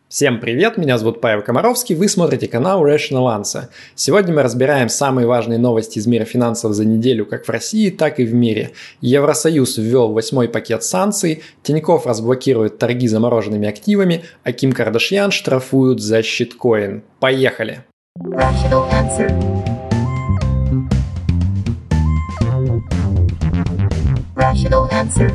Всем привет, меня зовут Павел Комаровский, вы смотрите канал Rational Answer. Сегодня мы разбираем самые важные новости из мира финансов за неделю как в России, так и в мире. Евросоюз ввел 8-й пакет санкций, Тинькофф разблокирует торги замороженными активами, а Ким Кардашьян штрафуют за щиткоин. Поехали! Rational Answer. Rational Answer.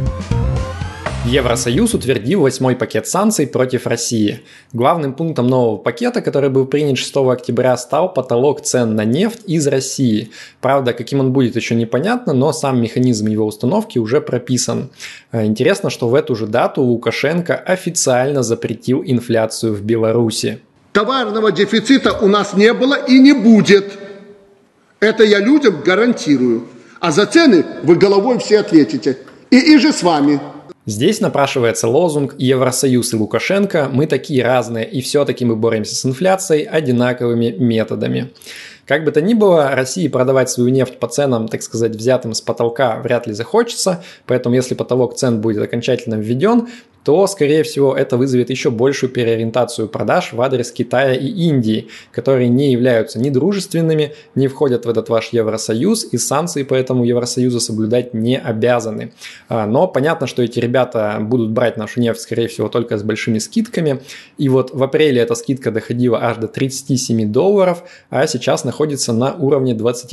Евросоюз утвердил 8-й пакет санкций против России. Главным пунктом нового пакета, который был принят 6 октября, стал потолок цен на нефть из России. Правда, каким он будет, еще непонятно, но сам механизм его установки уже прописан. Интересно, что в эту же дату Лукашенко официально запретил инфляцию в Беларуси. Товарного дефицита у нас не было и не будет. Это я людям гарантирую. А за цены вы головой все ответите. И же с вами. Здесь напрашивается лозунг «Евросоюз и Лукашенко, мы такие разные, и все-таки мы боремся с инфляцией одинаковыми методами». Как бы то ни было, России продавать свою нефть по ценам, так сказать, взятым с потолка вряд ли захочется, поэтому если потолок цен будет окончательно введен, то, скорее всего, это вызовет еще большую переориентацию продаж в адрес Китая и Индии, которые не являются ни дружественными, не входят в этот ваш Евросоюз, и санкции поэтому Евросоюза соблюдать не обязаны. Но понятно, что эти ребята будут брать нашу нефть, скорее всего, только с большими скидками. И вот в апреле эта скидка доходила аж до $37, а сейчас находится на уровне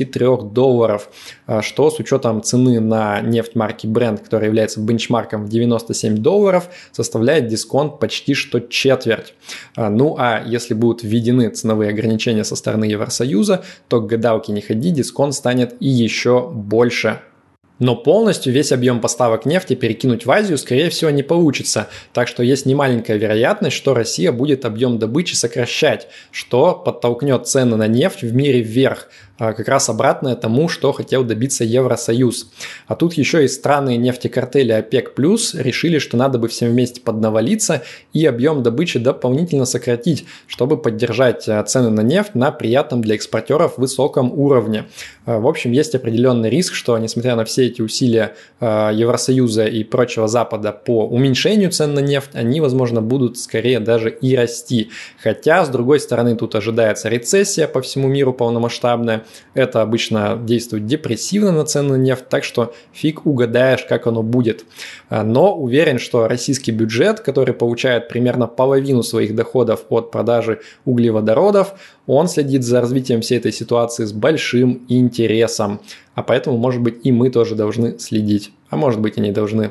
$23, что с учетом цены на нефть марки Brent, которая является бенчмарком в $97, составляет дисконт почти что четверть. Ну а если будут введены ценовые ограничения со стороны Евросоюза, то к гадалке не ходи, дисконт станет и еще больше. Но полностью весь объем поставок нефти перекинуть в Азию, скорее всего, не получится. Так что есть немаленькая вероятность, что Россия будет объем добычи сокращать, что подтолкнет цены на нефть в мире вверх. Как раз обратное тому, что хотел добиться Евросоюз. А тут еще и страны нефтекартеля ОПЕК+, решили, что надо бы всем вместе поднавалиться и объем добычи дополнительно сократить, чтобы поддержать цены на нефть на приятном для экспортеров высоком уровне. В общем, есть определенный риск, что несмотря на все эти усилия Евросоюза и прочего Запада по уменьшению цен на нефть, они, возможно, будут скорее даже и расти. Хотя, с другой стороны, тут ожидается рецессия по всему миру полномасштабная. Это обычно действует депрессивно на цены на нефть, так что фиг угадаешь, как оно будет. Но уверен, что российский бюджет, который получает примерно половину своих доходов от продажи углеводородов, он следит за развитием всей этой ситуации с большим интересом. А поэтому, может быть, и мы тоже должны следить. А может быть, и не должны.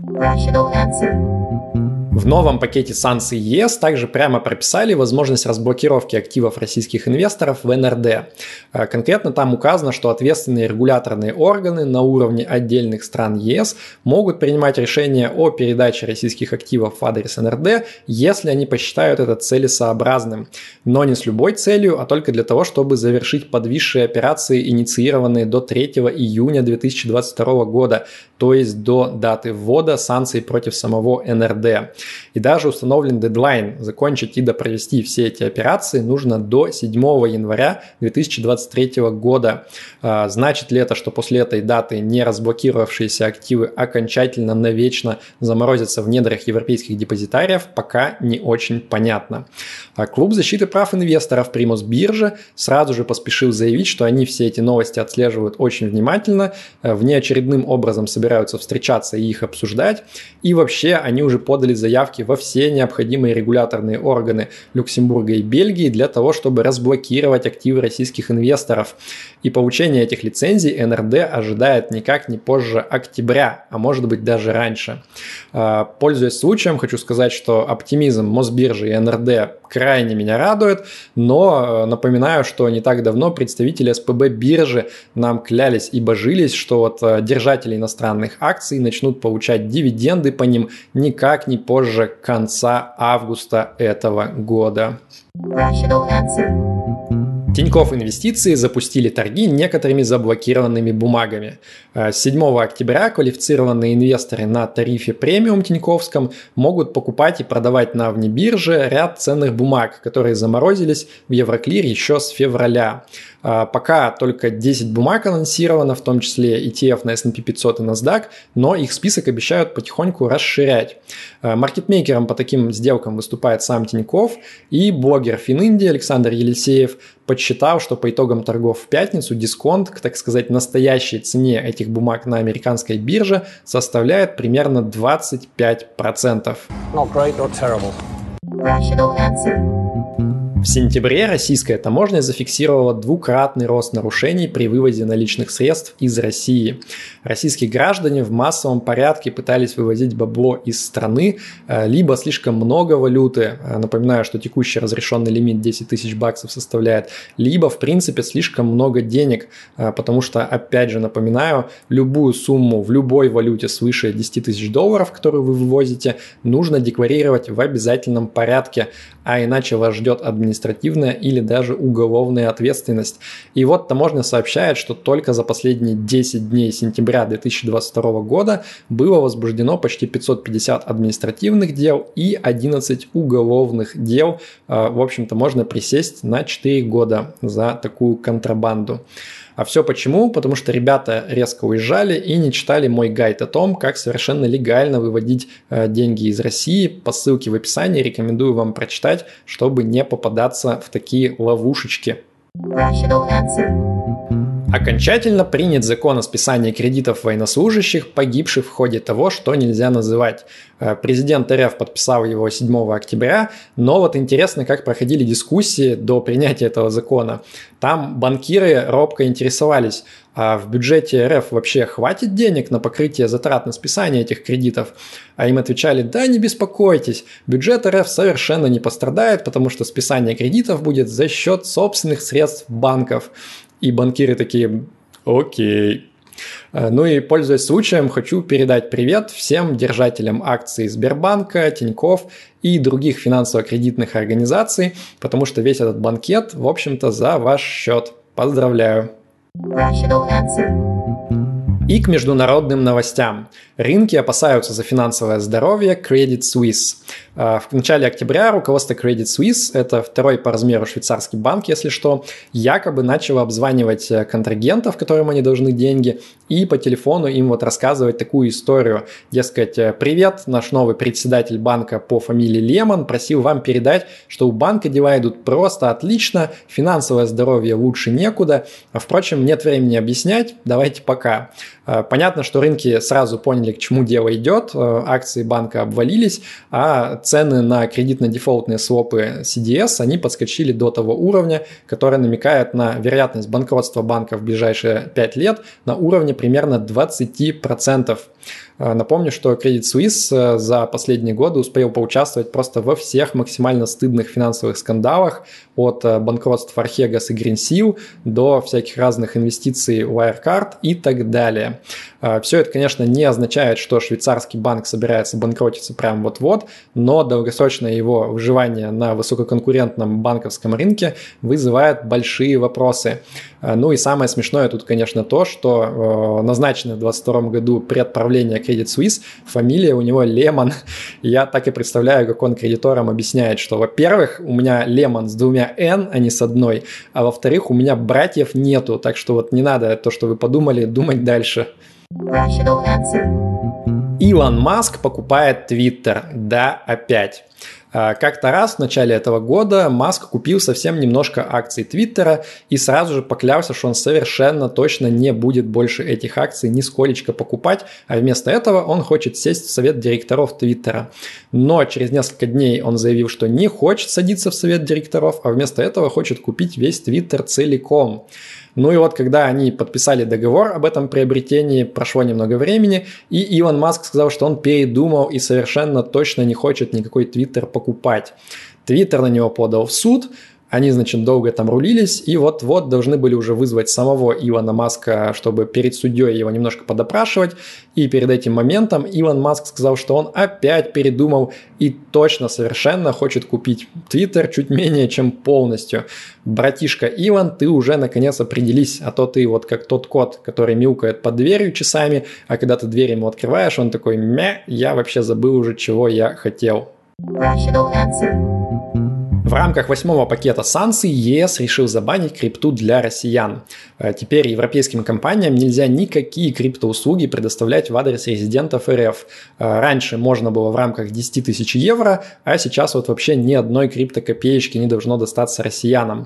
В новом пакете санкций ЕС также прямо прописали возможность разблокировки активов российских инвесторов в НРД. Конкретно там указано, что ответственные регуляторные органы на уровне отдельных стран ЕС могут принимать решения о передаче российских активов в адрес НРД, если они посчитают это целесообразным. Но не с любой целью, а только для того, чтобы завершить подвисшие операции, инициированные до 3 июня 2022 года, то есть до даты ввода санкций против самого НРД. И даже установлен дедлайн закончить и допровести все эти операции нужно до 7 января 2023 года. Значит ли это, что после этой даты не разблокировавшиеся активы окончательно навечно заморозятся в недрах европейских депозитариев, пока не очень понятно. Клуб защиты прав инвесторов при Мосбирже сразу же поспешил заявить, что они все эти новости отслеживают очень внимательно, внеочередным образом собираются встречаться и их обсуждать, и вообще они уже подали заявки во все необходимые регуляторные органы Люксембурга и Бельгии для того, чтобы разблокировать активы российских инвесторов. И получение этих лицензий НРД ожидает никак не позже октября, а может быть даже раньше. Пользуясь случаем, хочу сказать, что оптимизм Мосбиржи и НРД крайне меня радует, но напоминаю, что не так давно представители СПБ биржи нам клялись и божились, что вот держатели иностранных акций начнут получать дивиденды по ним никак не позже конца августа этого года. Тинькофф Инвестиции запустили торги некоторыми заблокированными бумагами. С 7 октября квалифицированные инвесторы на тарифе премиум тиньковском могут покупать и продавать на внебирже ряд ценных бумаг, которые заморозились в Евроклире еще с февраля. Пока только 10 бумаг анонсировано, в том числе ETF на S&P 500 и NASDAQ, но их список обещают потихоньку расширять. Маркетмейкером по таким сделкам выступает сам Тинькофф, и блогер Фининди Александр Елисеев подсчитал, что по итогам торгов в пятницу дисконт к, так сказать, настоящей цене этих бумаг на американской бирже составляет примерно 25%. Not great, not terrible. Rational answer. В сентябре российская таможня зафиксировала двукратный рост нарушений при вывозе наличных средств из России. Российские граждане в массовом порядке пытались вывозить бабло из страны, либо слишком много валюты, напоминаю, что текущий разрешенный лимит 10 тысяч баксов составляет, либо в принципе слишком много денег, потому что, опять же напоминаю, любую сумму в любой валюте свыше 10 тысяч долларов, которую вы вывозите, нужно декларировать в обязательном порядке, а иначе вас ждет административная или даже уголовная ответственность. И вот таможня сообщает, что только за последние 10 дней сентября 2022 года было возбуждено почти 550 административных дел и 11 уголовных дел. В общем-то, можно присесть на 4 года за такую контрабанду. А все почему? Потому что ребята резко уезжали и не читали мой гайд о том, как совершенно легально выводить деньги из России. По ссылке в описании рекомендую вам прочитать, чтобы не попадаться в такие ловушечки. Rational answer. Окончательно принят закон о списании кредитов военнослужащих, погибших в ходе того, что нельзя называть. Президент РФ подписал его 7 октября, но вот интересно, как проходили дискуссии до принятия этого закона. Там банкиры робко интересовались, а в бюджете РФ вообще хватит денег на покрытие затрат на списание этих кредитов? А им отвечали: да не беспокойтесь, бюджет РФ совершенно не пострадает, потому что списание кредитов будет за счет собственных средств банков. И банкиры такие: окей. Ну и, пользуясь случаем, хочу передать привет всем держателям акций Сбербанка, Тинькофф и других финансово-кредитных организаций, потому что весь этот банкет, в общем-то, за ваш счет. Поздравляю! Rational answer. И к международным новостям. Рынки опасаются за финансовое здоровье Credit Suisse. В начале октября руководство Credit Suisse, это второй по размеру швейцарский банк, если что, якобы начало обзванивать контрагентов, которым они должны деньги, и по телефону им вот рассказывать такую историю. Дескать: привет, наш новый председатель банка по фамилии Лемон просил вам передать, что у банка дела идут просто отлично, финансовое здоровье лучше некуда. Впрочем, нет времени объяснять, давайте пока. Понятно, что рынки сразу поняли, к чему дело идет, акции банка обвалились, а цены на кредитно-дефолтные свопы CDS, они подскочили до того уровня, который намекает на вероятность банкротства банка в ближайшие 5 лет на уровне примерно 20%. Напомню, что Credit Suisse за последние годы успел поучаствовать просто во всех максимально стыдных финансовых скандалах, от банкротств Archegos и Greensill до всяких разных инвестиций Wirecard и так далее. Все это, конечно, не означает, что швейцарский банк собирается банкротиться прямо вот-вот, но долгосрочное его выживание на высококонкурентном банковском рынке вызывает большие вопросы. Ну и самое смешное тут, конечно, то, что назначенный в 2022 году предправление Credit Suisse, фамилия у него Лемон. Я так и представляю, как он кредиторам объясняет, что, во-первых, у меня Лемон с 2 N, а не с 1, а во-вторых, у меня братьев нету, так что вот не надо то, что вы подумали, думать дальше. Rational answer. Илон Маск покупает Twitter. Да, опять. Как-то раз в начале этого года Маск купил совсем немножко акций Твиттера и сразу же поклялся, что он совершенно точно не будет больше этих акций нисколечко покупать, а вместо этого он хочет сесть в совет директоров Твиттера. Но через несколько дней он заявил, что не хочет садиться в совет директоров, а вместо этого хочет купить весь Твиттер целиком. Ну и вот когда они подписали договор об этом приобретении, прошло немного времени, и Илон Маск сказал, что он передумал и совершенно точно не хочет никакой Твиттер покупать. Твиттер на него подал в суд, Они, значит, долго там рулились, и вот-вот должны были уже вызвать самого Илона Маска, чтобы перед судьей его немножко подопрашивать. И перед этим моментом Илон Маск сказал, что он опять передумал и точно совершенно хочет купить Twitter чуть менее чем полностью. Братишка Илон, ты уже наконец определись, а то ты вот как тот кот, который мяукает под дверью часами, а когда ты дверь ему открываешь, он такой: «Мя, я вообще забыл уже, чего я хотел». Rational answer. В рамках 8-го пакета санкций ЕС решил забанить крипту для россиян. Теперь европейским компаниям нельзя никакие криптоуслуги предоставлять в адрес резидентов РФ. Раньше можно было в рамках 10 тысяч евро, а сейчас вот вообще ни одной криптокопеечки не должно достаться россиянам.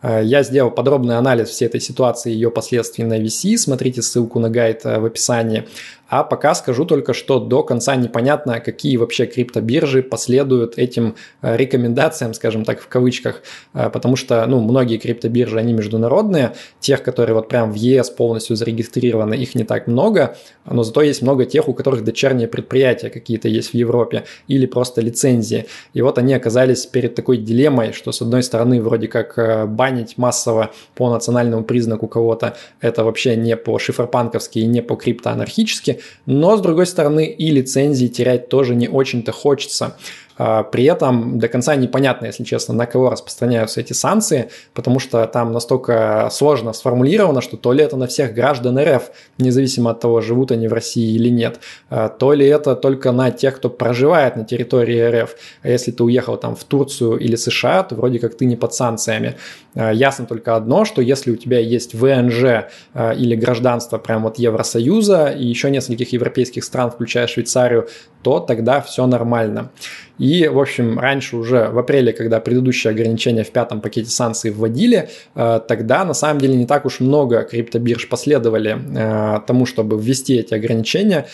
Я сделал подробный анализ всей этой ситуации и ее последствий на VC, смотрите ссылку на гайд в описании. А пока скажу только, что до конца непонятно, какие вообще криптобиржи последуют этим рекомендациям, скажем так, в кавычках, потому что, многие криптобиржи, они международные, тех, которые вот прям в ЕС полностью зарегистрированы, их не так много, но зато есть много тех, у которых дочерние предприятия какие-то есть в Европе или просто лицензии. И вот они оказались перед такой дилеммой, что с одной стороны вроде как банить массово по национальному признаку кого-то, это вообще не по-шифропанковски и не по-криптоанархически, но, с другой стороны, и лицензии терять тоже не очень-то хочется. При этом до конца непонятно, если честно, на кого распространяются эти санкции, потому что там настолько сложно сформулировано, что то ли это на всех граждан РФ, независимо от того, живут они в России или нет, то ли это только на тех, кто проживает на территории РФ. А если ты уехал там в Турцию или США, то вроде как ты не под санкциями. Ясно только одно, что если у тебя есть ВНЖ или гражданство прям вот Евросоюза и еще нескольких европейских стран, включая Швейцарию, то тогда все нормально. И, в общем, раньше уже в апреле, когда предыдущие ограничения в 5-м пакете санкций вводили, тогда на самом деле не так уж много криптобирж последовали тому, чтобы ввести эти ограничения.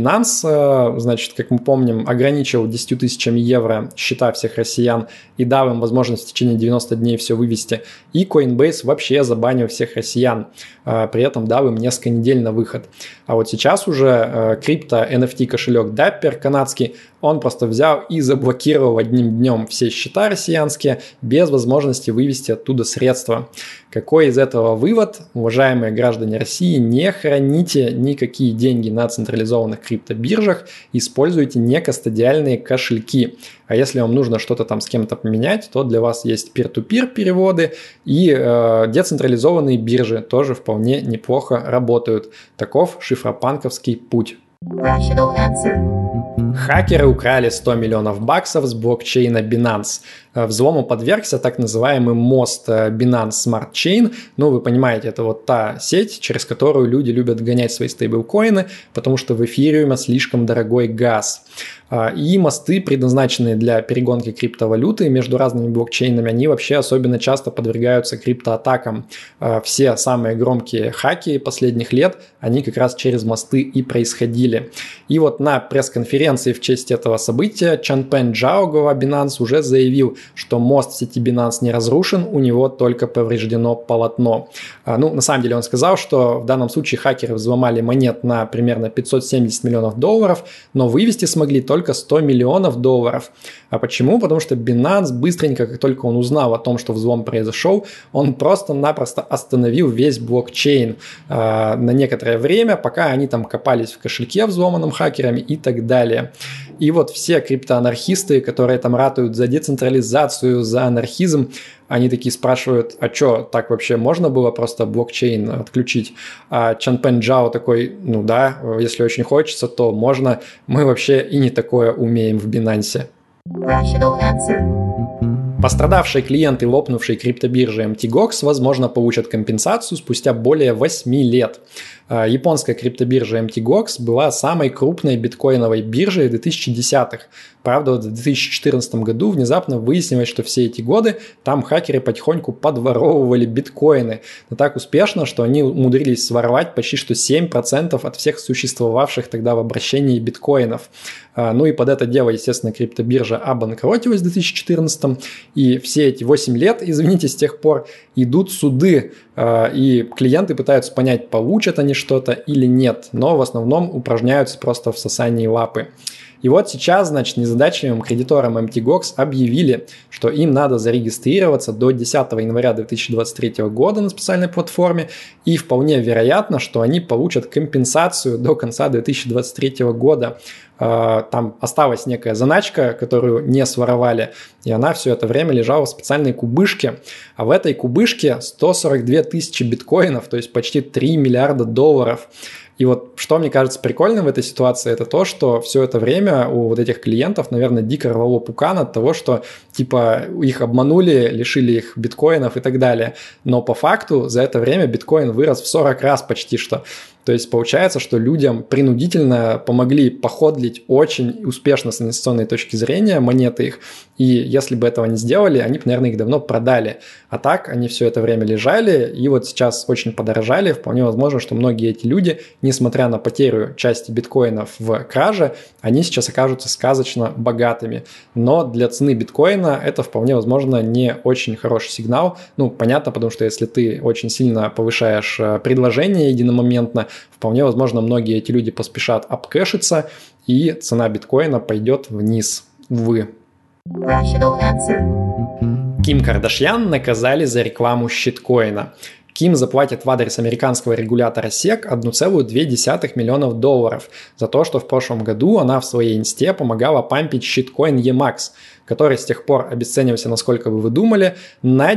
Binance, значит, как мы помним, ограничил 10 тысячами евро счета всех россиян и дал им возможность в течение 90 дней все вывести. И Coinbase вообще забанил всех россиян, при этом дал им несколько недель на выход. А вот сейчас уже крипто-NFT кошелек Dapper канадский, он просто взял и заблокировал одним днем все счета россиянские без возможности вывести оттуда средства. Какой из этого вывод? Уважаемые граждане России, не храните никакие деньги на централизованных криптобиржах, используйте некастодиальные кошельки. А если вам нужно что-то там с кем-то поменять, то для вас есть peer-to-peer переводы и децентрализованные биржи тоже вполне неплохо работают. Таков шифропанковский путь. Rational answer. Хакеры украли 100 миллионов баксов с блокчейна Binance. Взлому подвергся так называемый мост Binance Smart Chain. Вы понимаете, это вот та сеть, через которую люди любят гонять свои стейблкоины, потому что в эфириуме слишком дорогой газ. И мосты, предназначенные для перегонки криптовалюты между разными блокчейнами, они вообще особенно часто подвергаются криптоатакам. Все самые громкие хаки последних лет, они как раз через мосты и происходили. И вот на пресс-конференции в честь этого события Чанпен Джао, глава Binance, уже заявил, что мост в сети Binance не разрушен, у него только повреждено полотно. На самом деле он сказал, что в данном случае хакеры взломали монет на примерно 570 миллионов долларов, но вывести смогли только 100 миллионов долларов. А почему? Потому что Binance быстренько, как только он узнал о том, что взлом произошел, он просто-напросто остановил весь блокчейн на некоторое время, пока они там копались в кошельке, взломанном хакерами и так далее. И вот все криптоанархисты, которые там ратуют за децентрализацию, за анархизм, они такие спрашивают, а что, так вообще можно было просто блокчейн отключить? А Чанпен Джао такой, да, если очень хочется, то можно, мы вообще и не такое умеем в Binance. Rational answer. Пострадавшие клиенты лопнувшей криптобиржи MTGOX, возможно, получат компенсацию спустя более 8 лет. Японская криптобиржа MTGOX была самой крупной биткоиновой биржей в 2010-х. Правда, в 2014 году внезапно выяснилось, что все эти годы там хакеры потихоньку подворовывали биткоины. Но так успешно, что они умудрились своровать почти что 7% от всех существовавших тогда в обращении биткоинов. И под это дело, естественно, криптобиржа обанкротилась в 2014. И все эти 8 лет, извините, с тех пор идут суды, и клиенты пытаются понять, получат они что-то или нет, но в основном упражняются просто в сосании лапы. И вот сейчас, значит, незадачливым кредиторам MTGOX объявили, что им надо зарегистрироваться до 10 января 2023 года на специальной платформе, и вполне вероятно, что они получат компенсацию до конца 2023 года. Там осталась некая заначка, которую не своровали, и она все это время лежала в специальной кубышке. А в этой кубышке 142 тысячи биткоинов, то есть почти 3 миллиарда долларов. И вот что мне кажется прикольным в этой ситуации, это то, что все это время у вот этих клиентов, наверное, дико рвало пукан от того, что типа их обманули, лишили их биткоинов и так далее. Но по факту за это время биткоин вырос в 40 раз почти что. То есть получается, что людям принудительно помогли походлить очень успешно с инвестиционной точки зрения монеты их. И если бы этого не сделали, они бы, наверное, их давно продали. А так они все это время лежали и вот сейчас очень подорожали. Вполне возможно, что многие эти люди, несмотря на потерю части биткоинов в краже, они сейчас окажутся сказочно богатыми. Но для цены биткоина это вполне возможно не очень хороший сигнал. Ну, понятно, потому что если ты очень сильно повышаешь предложение единомоментно, вполне возможно, многие эти люди поспешат обкэшиться, и цена биткоина пойдет вниз. Увы. Ким Кардашьян наказали за рекламу щиткоина. Ким заплатит в адрес американского регулятора SEC 1,2 миллиона долларов за то, что в прошлом году она в своей инсте помогала пампить щиткоин EMAX, который с тех пор обесценивался, насколько бы вы думали, на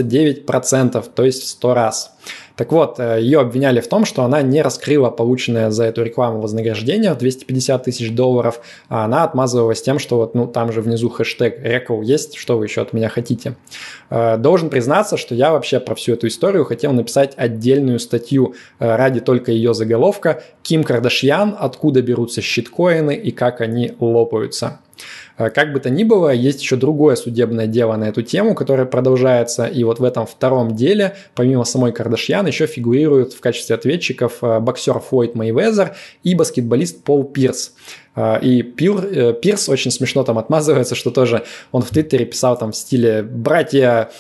99%, то есть в 100 раз. Так вот, ее обвиняли в том, что она не раскрыла полученное за эту рекламу вознаграждение в 250 тысяч долларов, а она отмазывалась тем, что вот, ну, там же внизу хэштег «Рекл» есть, что вы еще от меня хотите. Должен признаться, что я вообще про всю эту историю хотел написать отдельную статью ради только ее заголовка «Ким Кардашьян. Откуда берутся щиткоины и как они лопаются». Как бы то ни было, есть еще другое судебное дело на эту тему, которое продолжается, и вот в этом втором деле, помимо самой Кардашьян, еще фигурируют в качестве ответчиков боксер Флойд Мейвезер и баскетболист Пол Пирс. И Пирс очень смешно там отмазывается, что тоже он в Твиттере писал там в стиле «Братья,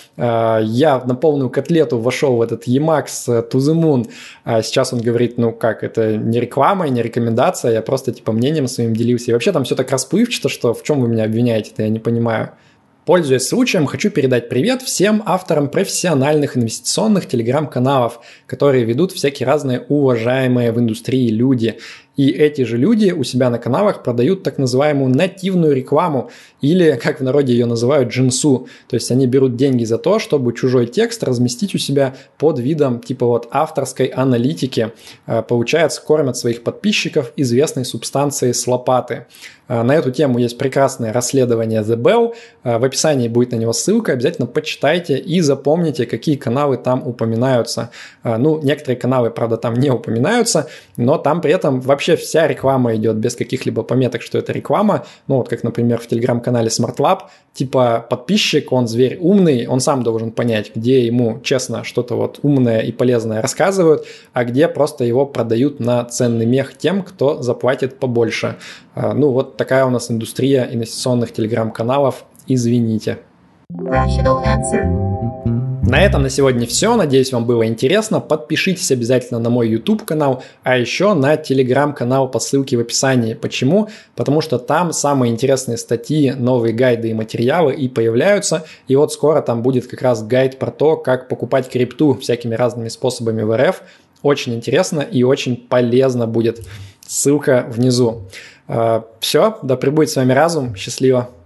я на полную котлету вошел в этот EMAX to the moon». А сейчас он говорит, ну как, это не реклама и не рекомендация, я просто типа мнением своим делился. И вообще там все так расплывчато, что в чем вы меня обвиняете-то, я не понимаю. Пользуясь случаем, хочу передать привет всем авторам профессиональных инвестиционных телеграм-каналов, которые ведут всякие разные уважаемые в индустрии люди. И эти же люди у себя на каналах продают так называемую нативную рекламу, или, как в народе ее называют, джинсу. То есть они берут деньги за то, чтобы чужой текст разместить у себя под видом типа вот авторской аналитики. Получается, кормят своих подписчиков известной субстанцией с лопаты. На эту тему есть прекрасное расследование The Bell. В описании будет на него ссылка. Обязательно почитайте и запомните, какие каналы там упоминаются. Ну, некоторые каналы, правда, там не упоминаются, но там при этом вообще вся реклама идет без каких-либо пометок, что это реклама. Ну, вот как, например, в телеграм-канале SmartLab. Типа подписчик, он зверь умный, он сам должен понять, где ему честно что-то вот умное и полезное рассказывают, а где просто его продают на ценный мех тем, кто заплатит побольше. Ну, вот такая у нас индустрия инвестиционных телеграм-каналов. Извините. На этом на сегодня все. Надеюсь, вам было интересно. Подпишитесь обязательно на мой YouTube-канал, а еще на Telegram-канал по ссылке в описании. Почему? Потому что там самые интересные статьи, новые гайды и материалы и появляются. И вот скоро там будет как раз гайд про то, как покупать крипту всякими разными способами в РФ. Очень интересно и очень полезно будет. Ссылка внизу. Все, да пребудет с вами разум. Счастливо.